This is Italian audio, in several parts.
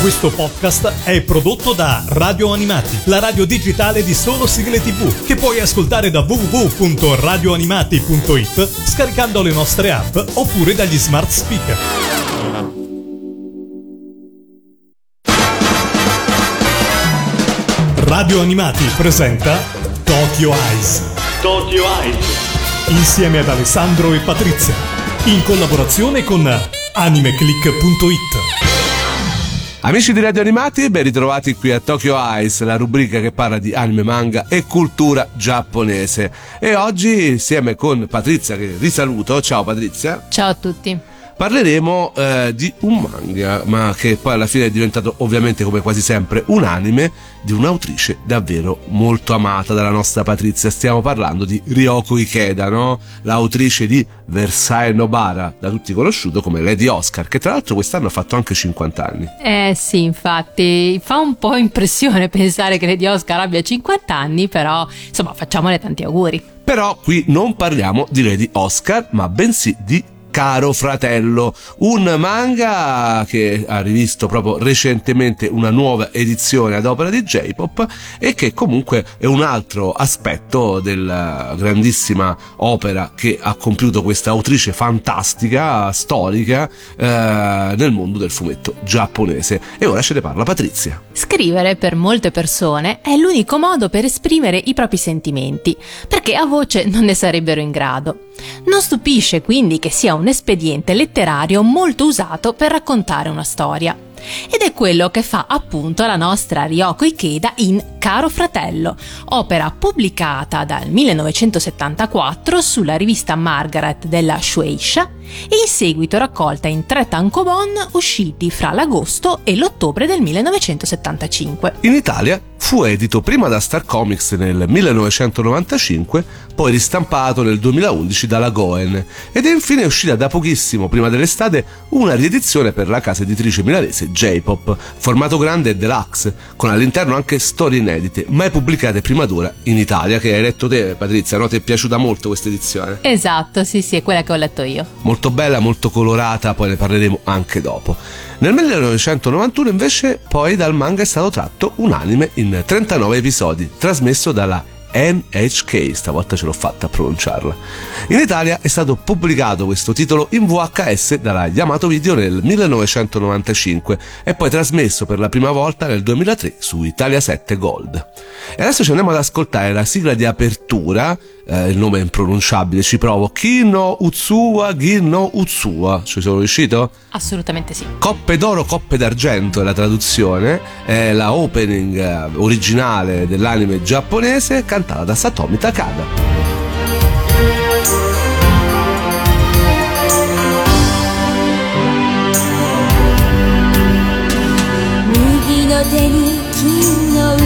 Questo podcast è prodotto da Radio Animati, la radio digitale di solo sigle TV, che puoi ascoltare da www.radioanimati.it scaricando le nostre app oppure dagli smart speaker. Radio Animati presenta Tokyo Eyes. Tokyo Eyes. Insieme ad Alessandro e Patrizia, in collaborazione con animeclick.it. Amici di Radio Animati, ben ritrovati qui a Tokyo Eyes, la rubrica che parla di anime, manga e cultura giapponese. E oggi, insieme con Patrizia, che risaluto, ciao Patrizia. Ciao a tutti. Parleremo di un manga, ma che poi alla fine è diventato ovviamente, come quasi sempre, un anime di un'autrice davvero molto amata dalla nostra Patrizia. Stiamo parlando di Ryoko Ikeda, no? L'autrice di Versailles Nobara, da tutti conosciuto come Lady Oscar, che tra l'altro quest'anno ha fatto anche 50 anni. Sì, infatti, fa un po' impressione pensare che Lady Oscar abbia 50 anni, però insomma facciamole tanti auguri. Però qui non parliamo di Lady Oscar, ma bensì di Caro Fratello, un manga che ha rivisto proprio recentemente una nuova edizione ad opera di J-Pop e che comunque è un altro aspetto della grandissima opera che ha compiuto questa autrice fantastica, storica, nel mondo del fumetto giapponese. E ora ce ne parla Patrizia. Scrivere per molte persone è l'unico modo per esprimere i propri sentimenti, perché a voce non ne sarebbero in grado. Non stupisce quindi che sia un espediente letterario molto usato per raccontare una storia. Ed è quello che fa appunto la nostra Ryoko Ikeda in Caro Fratello, opera pubblicata dal 1974 sulla rivista Margaret della Shueisha e in seguito raccolta in 3 tankobon usciti fra l'agosto e l'ottobre del 1975. In Italia fu edito prima da Star Comics nel 1995, poi ristampato nel 2011 dalla Goen ed è infine uscita da pochissimo, prima dell'estate, una riedizione per la casa editrice milanese J-Pop, formato grande e deluxe, con all'interno anche storie inedite, mai pubblicate prima d'ora in Italia, che hai letto te, Patrizia, no? Ti è piaciuta molto questa edizione? Esatto, sì, è quella che ho letto io. Molto bella, molto colorata, poi ne parleremo anche dopo. Nel 1991 invece poi dal manga è stato tratto un anime in 39 episodi, trasmesso dalla NHK, stavolta ce l'ho fatta a pronunciarla. In Italia è stato pubblicato questo titolo in VHS dalla Yamato Video nel 1995 e poi trasmesso per la prima volta nel 2003 su Italia 7 Gold. E adesso ci andiamo ad ascoltare la sigla di apertura, il nome è impronunciabile, ci provo, Ki no Utsuwa Gi no Utsuwa. Ci sono riuscito? Assolutamente sì. Coppe d'oro, coppe d'argento è la traduzione, è la opening originale dell'anime giapponese cantata da Satomi Takada. 手に金の器、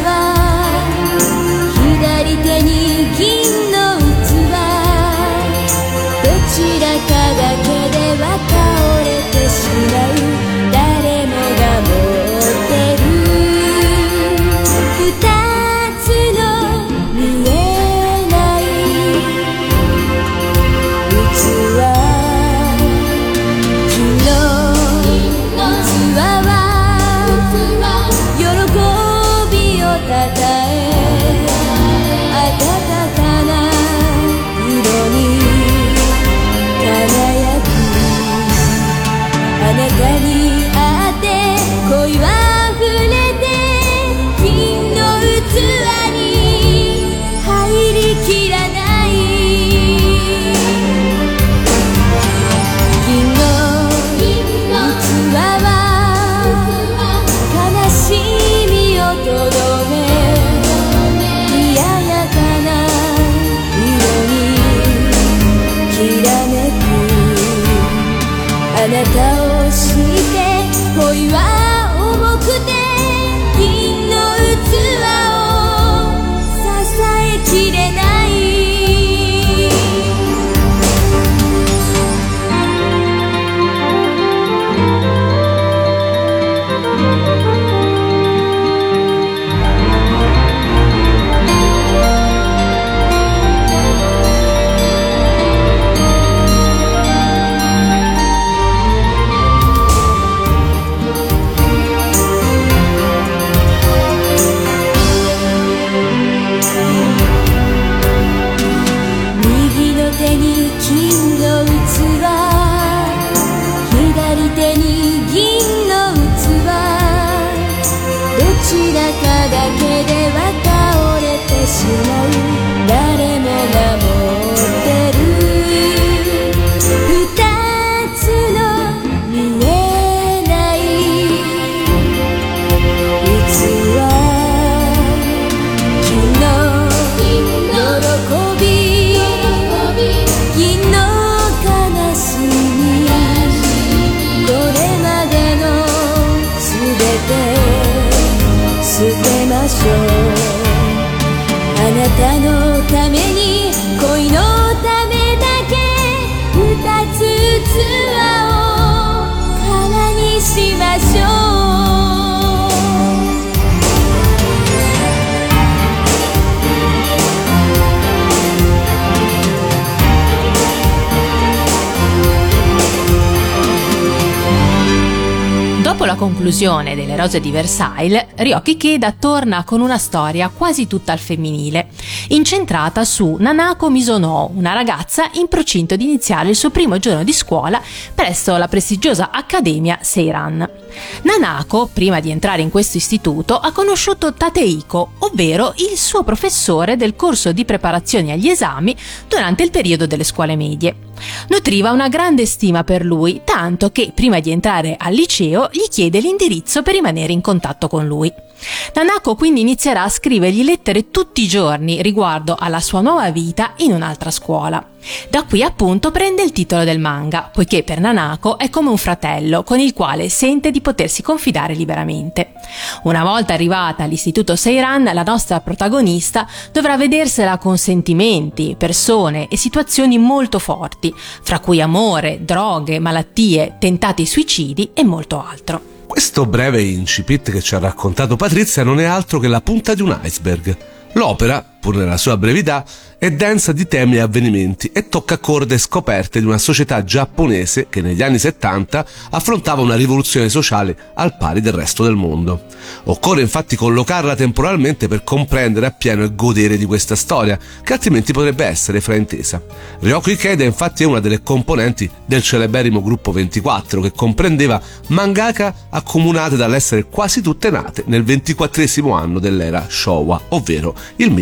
左手に銀の器、どちらかだけでは倒れてしまう、誰もが持ってる二つの見えなちらかだけでは倒れてしまう誰もが持ってる二つの見えない器昨日喜び昨日悲しみこれまでのすべて捨てましょうあなたのために恋のためだけ二つ器を空にしましょう Dopo la conclusione delle Rose di Versailles, Ryoki Ikeda torna con una storia quasi tutta al femminile, incentrata su Nanako Misono, una ragazza in procinto di iniziare il suo primo giorno di scuola presso la prestigiosa accademia Seiran. Nanako, prima di entrare in questo istituto, ha conosciuto Tateiko, ovvero il suo professore del corso di preparazione agli esami durante il periodo delle scuole medie. Nutriva una grande stima per lui, tanto che prima di entrare al liceo gli chiede l'indirizzo per rimanere in contatto con lui. Nanako quindi inizierà a scrivergli lettere tutti i giorni riguardo alla sua nuova vita in un'altra scuola. Da qui appunto prende il titolo del manga, poiché per Nanako è come un fratello con il quale sente di potersi confidare liberamente. Una volta arrivata all'istituto Seiran, la nostra protagonista dovrà vedersela con sentimenti, persone e situazioni molto forti, fra cui amore, droghe, malattie, tentati suicidi e molto altro. Questo breve incipit che ci ha raccontato Patrizia non è altro che la punta di un iceberg. L'opera, pur nella sua brevità, è densa di temi e avvenimenti e tocca corde scoperte di una società giapponese che negli anni 70 affrontava una rivoluzione sociale al pari del resto del mondo. Occorre infatti collocarla temporalmente per comprendere appieno il godere di questa storia, che altrimenti potrebbe essere fraintesa. Ryoki Ikeda infatti è una delle componenti del celeberrimo gruppo 24, che comprendeva mangaka accomunate dall'essere quasi tutte nate nel 24esimo anno dell'era Showa, ovvero il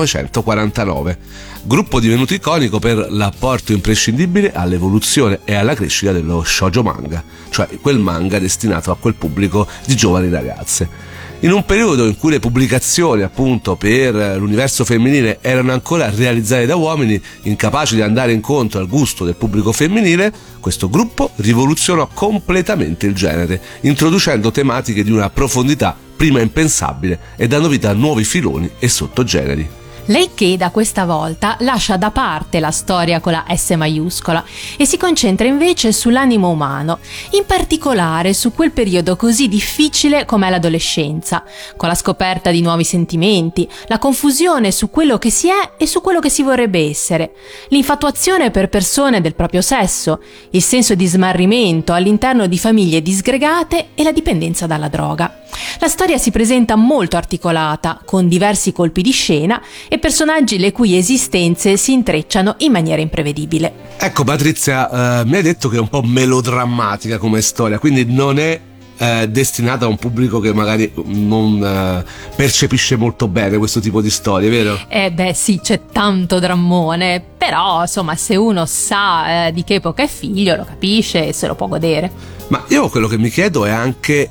1949. Gruppo divenuto iconico per l'apporto imprescindibile all'evoluzione e alla crescita dello shoujo manga, cioè quel manga destinato a quel pubblico di giovani ragazze. In un periodo in cui le pubblicazioni appunto per l'universo femminile erano ancora realizzate da uomini incapaci di andare incontro al gusto del pubblico femminile, questo gruppo rivoluzionò completamente il genere, introducendo tematiche di una profondità prima impensabile e dando vita a nuovi filoni e sottogeneri. L'Ikeda questa volta lascia da parte la storia con la S maiuscola e si concentra invece sull'animo umano, in particolare su quel periodo così difficile com'è l'adolescenza, con la scoperta di nuovi sentimenti, la confusione su quello che si è e su quello che si vorrebbe essere, l'infatuazione per persone del proprio sesso, il senso di smarrimento all'interno di famiglie disgregate e la dipendenza dalla droga. La storia si presenta molto articolata, con diversi colpi di scena e personaggi le cui esistenze si intrecciano in maniera imprevedibile. Ecco Patrizia, mi hai detto che è un po' melodrammatica come storia, quindi non è destinata a un pubblico che magari non percepisce molto bene questo tipo di storie, vero? Beh sì, c'è tanto drammone, però insomma se uno sa di che epoca è figlio lo capisce e se lo può godere. Ma io quello che mi chiedo è anche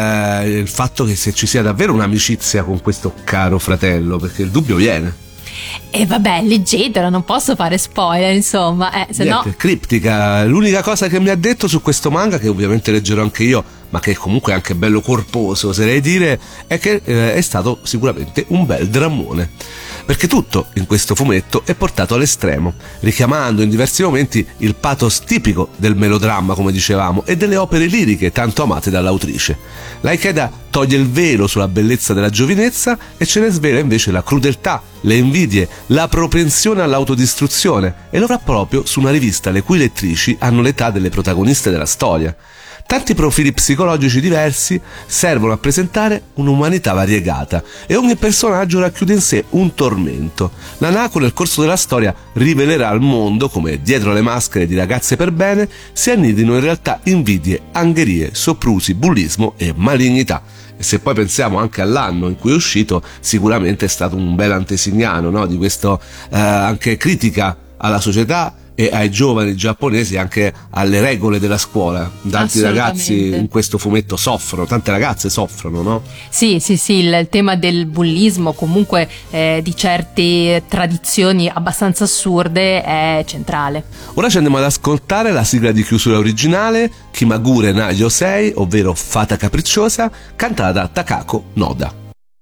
il fatto che se ci sia davvero un'amicizia con questo caro fratello, perché il dubbio viene. E vabbè, leggetelo, non posso fare spoiler, insomma, se no... Criptica. L'unica cosa che mi ha detto su questo manga, che ovviamente leggerò anche io, ma che comunque è anche bello corposo, oserei dire, è che è stato sicuramente un bel drammone. Perché tutto in questo fumetto è portato all'estremo, richiamando in diversi momenti il pathos tipico del melodramma, come dicevamo, e delle opere liriche tanto amate dall'autrice. La Ikeda toglie il velo sulla bellezza della giovinezza e ce ne svela invece la crudeltà, le invidie, la propensione all'autodistruzione, e lo fa proprio su una rivista le cui lettrici hanno l'età delle protagoniste della storia. Tanti profili psicologici diversi servono a presentare un'umanità variegata e ogni personaggio racchiude in sé un tormento. Nanako nel corso della storia rivelerà al mondo come dietro le maschere di ragazze per bene si annidino in realtà invidie, angherie, soprusi, bullismo e malignità. E se poi pensiamo anche all'anno in cui è uscito, sicuramente è stato un bel antesignano, no? Di questo anche critica alla società e ai giovani giapponesi, anche alle regole della scuola. Tanti ragazzi in questo fumetto soffrono, tante ragazze soffrono, no? Sì, il tema del bullismo, comunque di certe tradizioni abbastanza assurde, è centrale. Ora ci andiamo ad ascoltare la sigla di chiusura originale, Kimagure na Yosei, ovvero Fata Capricciosa, cantata da Takako Noda.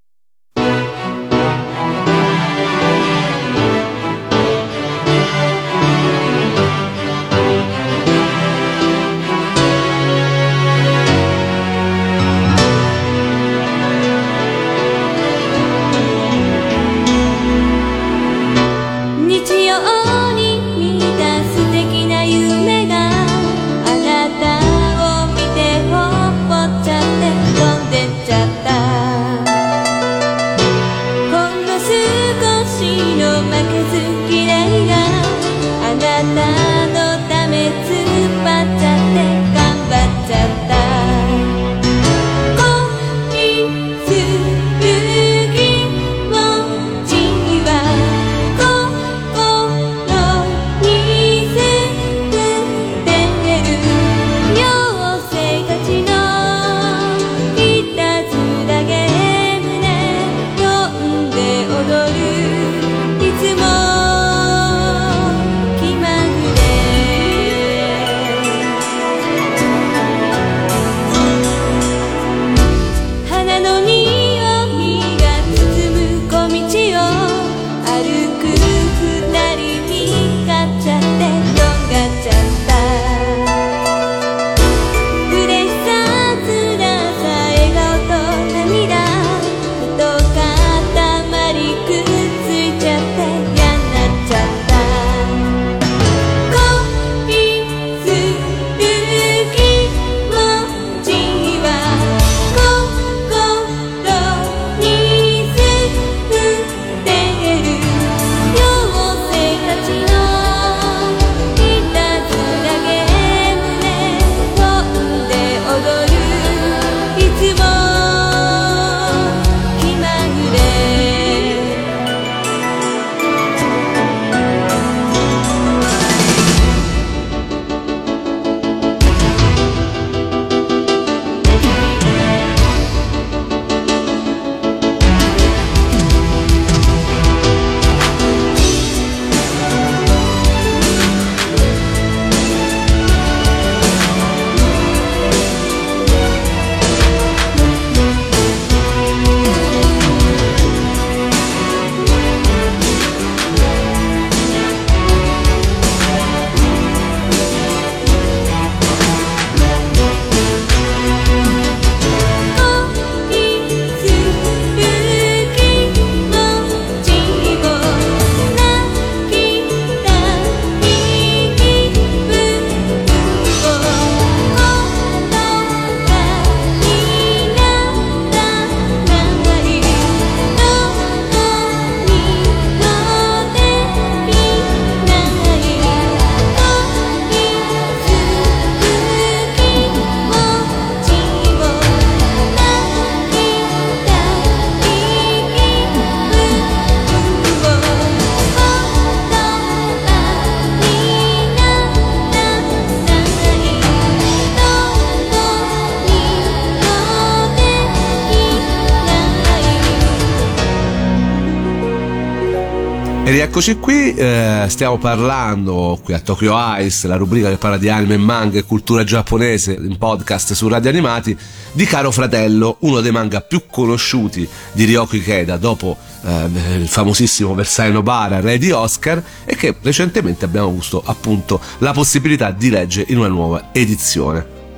E rieccoci qui, stiamo parlando qui a Tokyo Ice, la rubrica che parla di anime, manga e cultura giapponese in podcast su Radio Animati, di Caro Fratello, uno dei manga più conosciuti di Ryoko Ikeda dopo il famosissimo Versailles Nobara, re di Oscar, e che recentemente abbiamo avuto appunto la possibilità di leggere in una nuova edizione.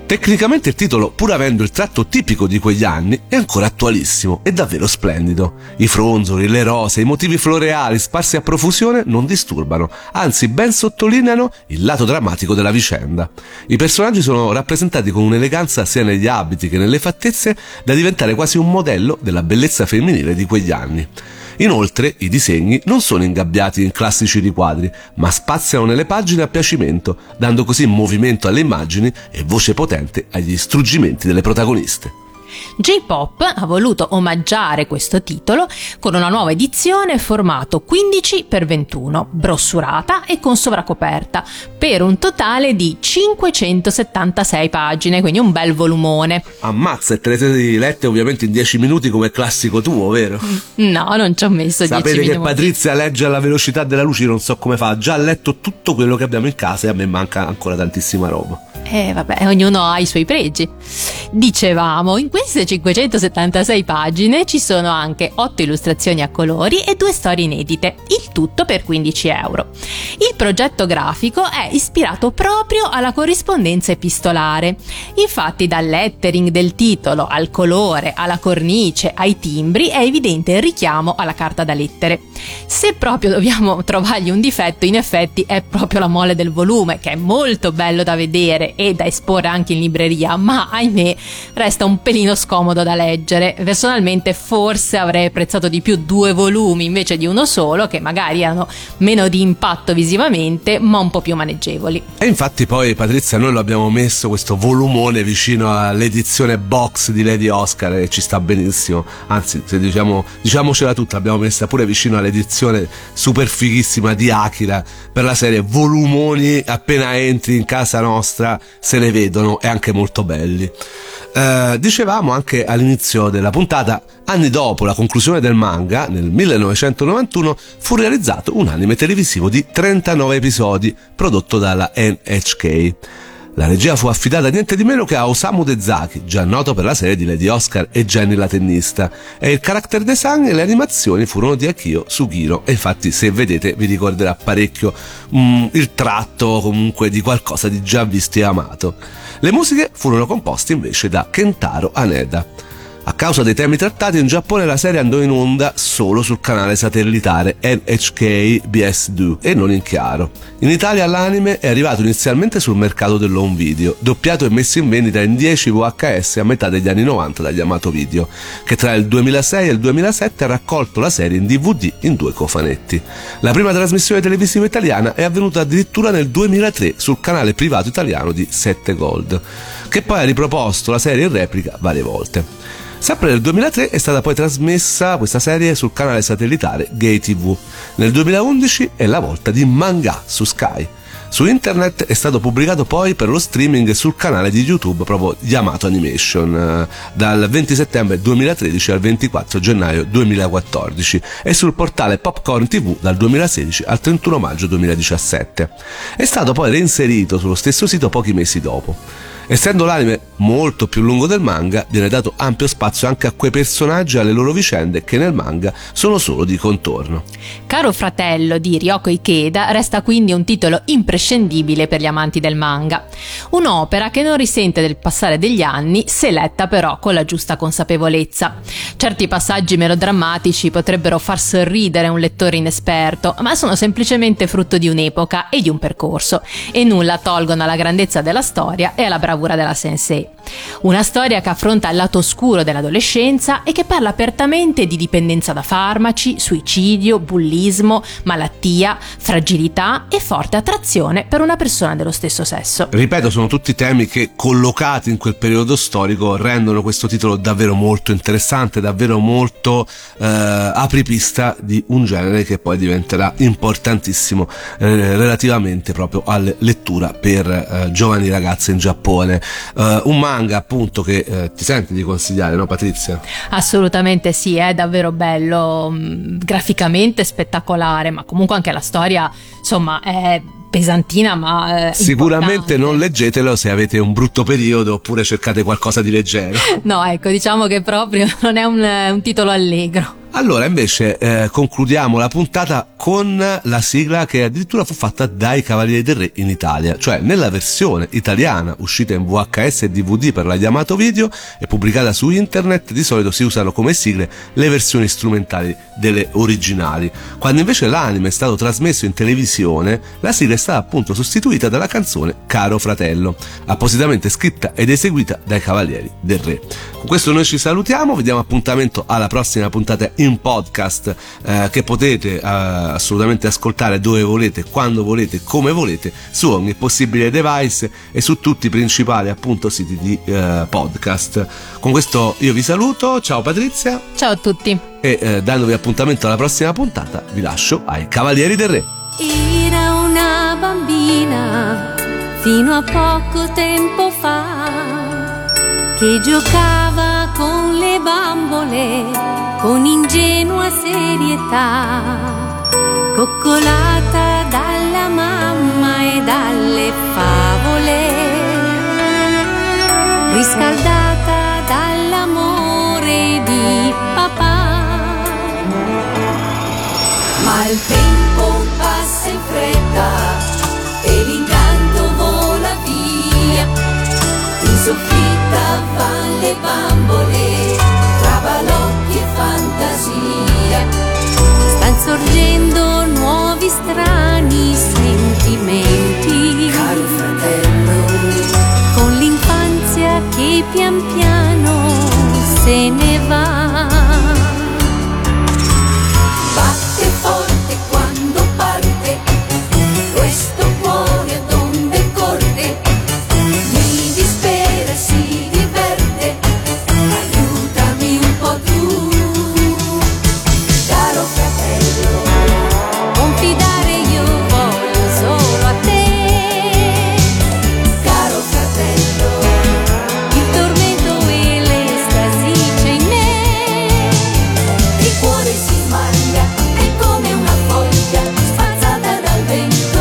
Tecnicamente il titolo, pur avendo il tratto tipico di quegli anni, è ancora attualissimo e davvero splendido. I fronzoli, le rose, i motivi floreali sparsi a profusione non disturbano, anzi ben sottolineano il lato drammatico della vicenda. I personaggi sono rappresentati con un'eleganza sia negli abiti che nelle fattezze da diventare quasi un modello della bellezza femminile di quegli anni. Inoltre, i disegni non sono ingabbiati in classici riquadri, ma spaziano nelle pagine a piacimento, dando così movimento alle immagini e voce potente agli struggimenti delle protagoniste. J-Pop ha voluto omaggiare questo titolo con una nuova edizione formato 15x21, brossurata e con sovracoperta, per un totale di 576 pagine, quindi un bel volumone. Ammazza, e te le sei lette ovviamente in 10 minuti come classico tuo, vero? No, non ci ho messo 10 minuti. Sapete che Patrizia legge alla velocità della luce, non so come fa, ha già letto tutto quello che abbiamo in casa e a me manca ancora tantissima roba. Vabbè, ognuno ha i suoi pregi. Dicevamo, in queste 576 pagine ci sono anche 8 illustrazioni a colori e 2 storie inedite, il tutto per 15 euro. Il progetto grafico è ispirato proprio alla corrispondenza epistolare. Infatti dal lettering del titolo al colore, alla cornice, ai timbri è evidente il richiamo alla carta da lettere. Se proprio dobbiamo trovargli un difetto, in effetti è proprio la mole del volume, che è molto bello da vedere e da esporre anche in libreria, ma ahimè resta un pelino scomodo da leggere. Personalmente forse avrei apprezzato di più 2 volumi invece di uno solo, che magari hanno meno di impatto visivamente ma un po' più maneggevoli. E infatti poi, Patrizia, noi lo abbiamo messo questo volumone vicino all'edizione box di Lady Oscar e ci sta benissimo, anzi se diciamocela tutta, l'abbiamo messa pure vicino all'edizione super fighissima di Akira per la serie volumoni, appena entri in casa nostra se ne vedono e anche molto belli. Dicevamo anche all'inizio della puntata, anni dopo la conclusione del manga, nel 1991 fu realizzato un anime televisivo di 39 episodi prodotto dalla NHK. La regia fu affidata niente di meno che a Osamu Dezaki, già noto per la serie di Lady Oscar e Jenny la tennista, e il character design e le animazioni furono di Akio Sugino, e infatti se vedete vi ricorderà parecchio il tratto comunque di qualcosa di già visto e amato. Le musiche furono composte invece da Kentaro Haneda. A causa dei temi trattati in Giappone la serie andò in onda solo sul canale satellitare NHK BS2 e non in chiaro. In Italia l'anime è arrivato inizialmente sul mercato dell'home video, doppiato e messo in vendita in 10 VHS a metà degli anni 90 dagli Yamato Video, che tra il 2006 e il 2007 ha raccolto la serie in DVD in 2 cofanetti. La prima trasmissione televisiva italiana è avvenuta addirittura nel 2003 sul canale privato italiano di 7 Gold, che poi ha riproposto la serie in replica varie volte. Sempre nel 2003 è stata poi trasmessa questa serie sul canale satellitare Gay TV. Nel 2011 è la volta di Manga su Sky. Su internet è stato pubblicato poi per lo streaming sul canale di YouTube proprio Yamato Animation dal 20 settembre 2013 al 24 gennaio 2014 e sul portale Popcorn TV dal 2016 al 31 maggio 2017. È stato poi reinserito sullo stesso sito pochi mesi dopo. Essendo l'anime molto più lungo del manga, viene dato ampio spazio anche a quei personaggi e alle loro vicende che nel manga sono solo di contorno. Caro fratello di Ryoko Ikeda resta quindi un titolo imprescindibile per gli amanti del manga. Un'opera che non risente del passare degli anni se letta però con la giusta consapevolezza. Certi passaggi melodrammatici potrebbero far sorridere un lettore inesperto, ma sono semplicemente frutto di un'epoca e di un percorso e nulla tolgono alla grandezza della storia e alla bravura della sensei. Una storia che affronta il lato oscuro dell'adolescenza e che parla apertamente di dipendenza da farmaci, suicidio, bullismo, malattia, fragilità e forte attrazione per una persona dello stesso sesso. Ripeto, sono tutti temi che collocati in quel periodo storico rendono questo titolo davvero molto interessante, davvero molto apripista di un genere che poi diventerà importantissimo relativamente proprio alla lettura per giovani ragazze in Giappone. Un manga appunto che ti senti di consigliare, no Patrizia? Assolutamente sì, è davvero bello, graficamente spettacolare, ma comunque anche la storia insomma è pesantina ma sicuramente importante. Non leggetelo se avete un brutto periodo oppure cercate qualcosa di leggero. No, ecco, diciamo che proprio non è un titolo allegro. Allora, invece, concludiamo la puntata con la sigla che addirittura fu fatta dai Cavalieri del Re in Italia, cioè nella versione italiana uscita in VHS e DVD per la Yamato Video e pubblicata su internet. Di solito si usano come sigle le versioni strumentali delle originali. Quando invece l'anime è stato trasmesso in televisione, la sigla è stata appunto sostituita dalla canzone Caro Fratello, appositamente scritta ed eseguita dai Cavalieri del Re. Con questo noi ci salutiamo, vi diamo appuntamento alla prossima puntata in podcast, che potete assolutamente ascoltare dove volete, quando volete, come volete, su ogni possibile device e su tutti i principali appunto siti di podcast. Con questo io vi saluto, ciao Patrizia. Ciao a tutti. E dandovi appuntamento alla prossima puntata vi lascio ai Cavalieri del Re. Era una bambina fino a poco tempo fa che giocava con le bambole con ingenua serietà, coccolata dalla mamma e dalle favole, riscaldata dall'amore di papà. Ma il tempo passa in fretta e l'incanto vola via. In soffitta van le bambole, tra balocchi e fantasia. Stan sorgendo nuovi strani sentimenti. Caro fratello, con l'infanzia che pian piano se ne va. Batte forte quando parte questo cuore ad onde corte, mi dispera e si diverte, aiutami un po' tu, caro fratello, confidare io voglio solo a te, caro fratello, il tormento e l'estasi c'è in me, il cuore si smangia, è come una foglia spazzata dal vento,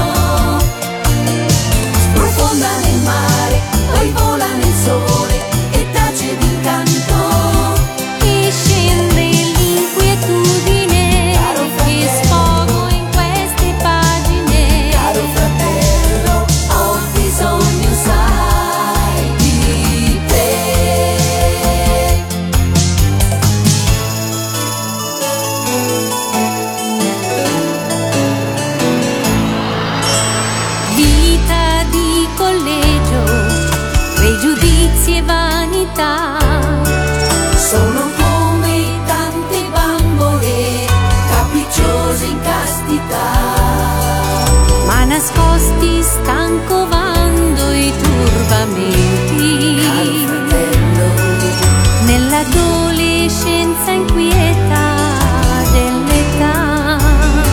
sprofonda nel mare, poi vola nel sole e tace d'incanto, e scende l'inquietudine che sfogo in queste pagine. Caro fratello, ho bisogno, sai, di te. Vita di collegio, pregiudizi e vanità, sono come tante bambole capricciose in castità, ma nascosti stan covando i turbamenti. Caro fratello, nell'adolescenza inquieta dell'età,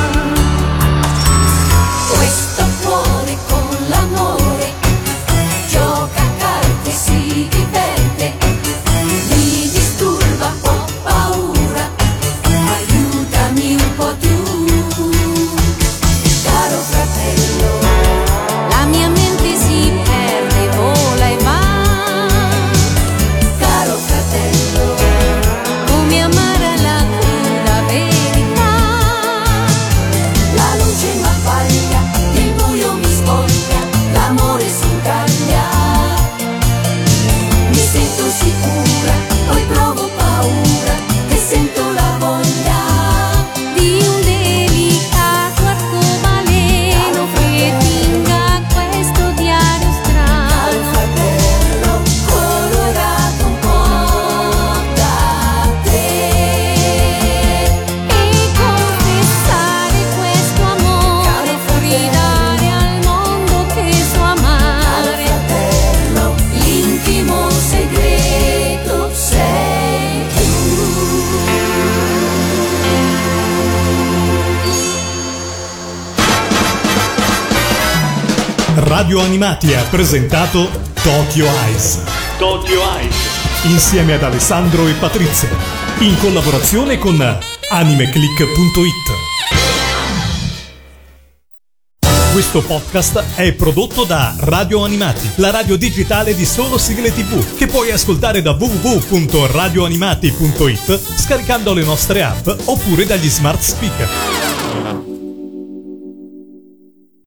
questo cuore con l'amore gioca a carte e si diverte, mi disturba, ho paura, aiutami un po' tu, caro fratello, la mia mente si perde, vola e va, caro fratello, come amara la cruda verità, la luce m'appaglia, il buio mi spoglia, l'amore si incaglia, mi sento sicura, poi provo paura e sento la voglia di un delicato arcobaleno che tinga questo diario strano, fratello, colorato un po' da te, e confessare questo amore, gridare al mondo che so amare, fratello, l'intimo segreto sei tu. Radio Animati ha presentato Tokyo Eyes. Tokyo Eyes. Insieme ad Alessandro e Patrizia. In collaborazione con animeclick.it. Questo podcast è prodotto da Radio Animati, la radio digitale di solo sigle TV, che puoi ascoltare da www.radioanimati.it scaricando le nostre app oppure dagli smart speaker.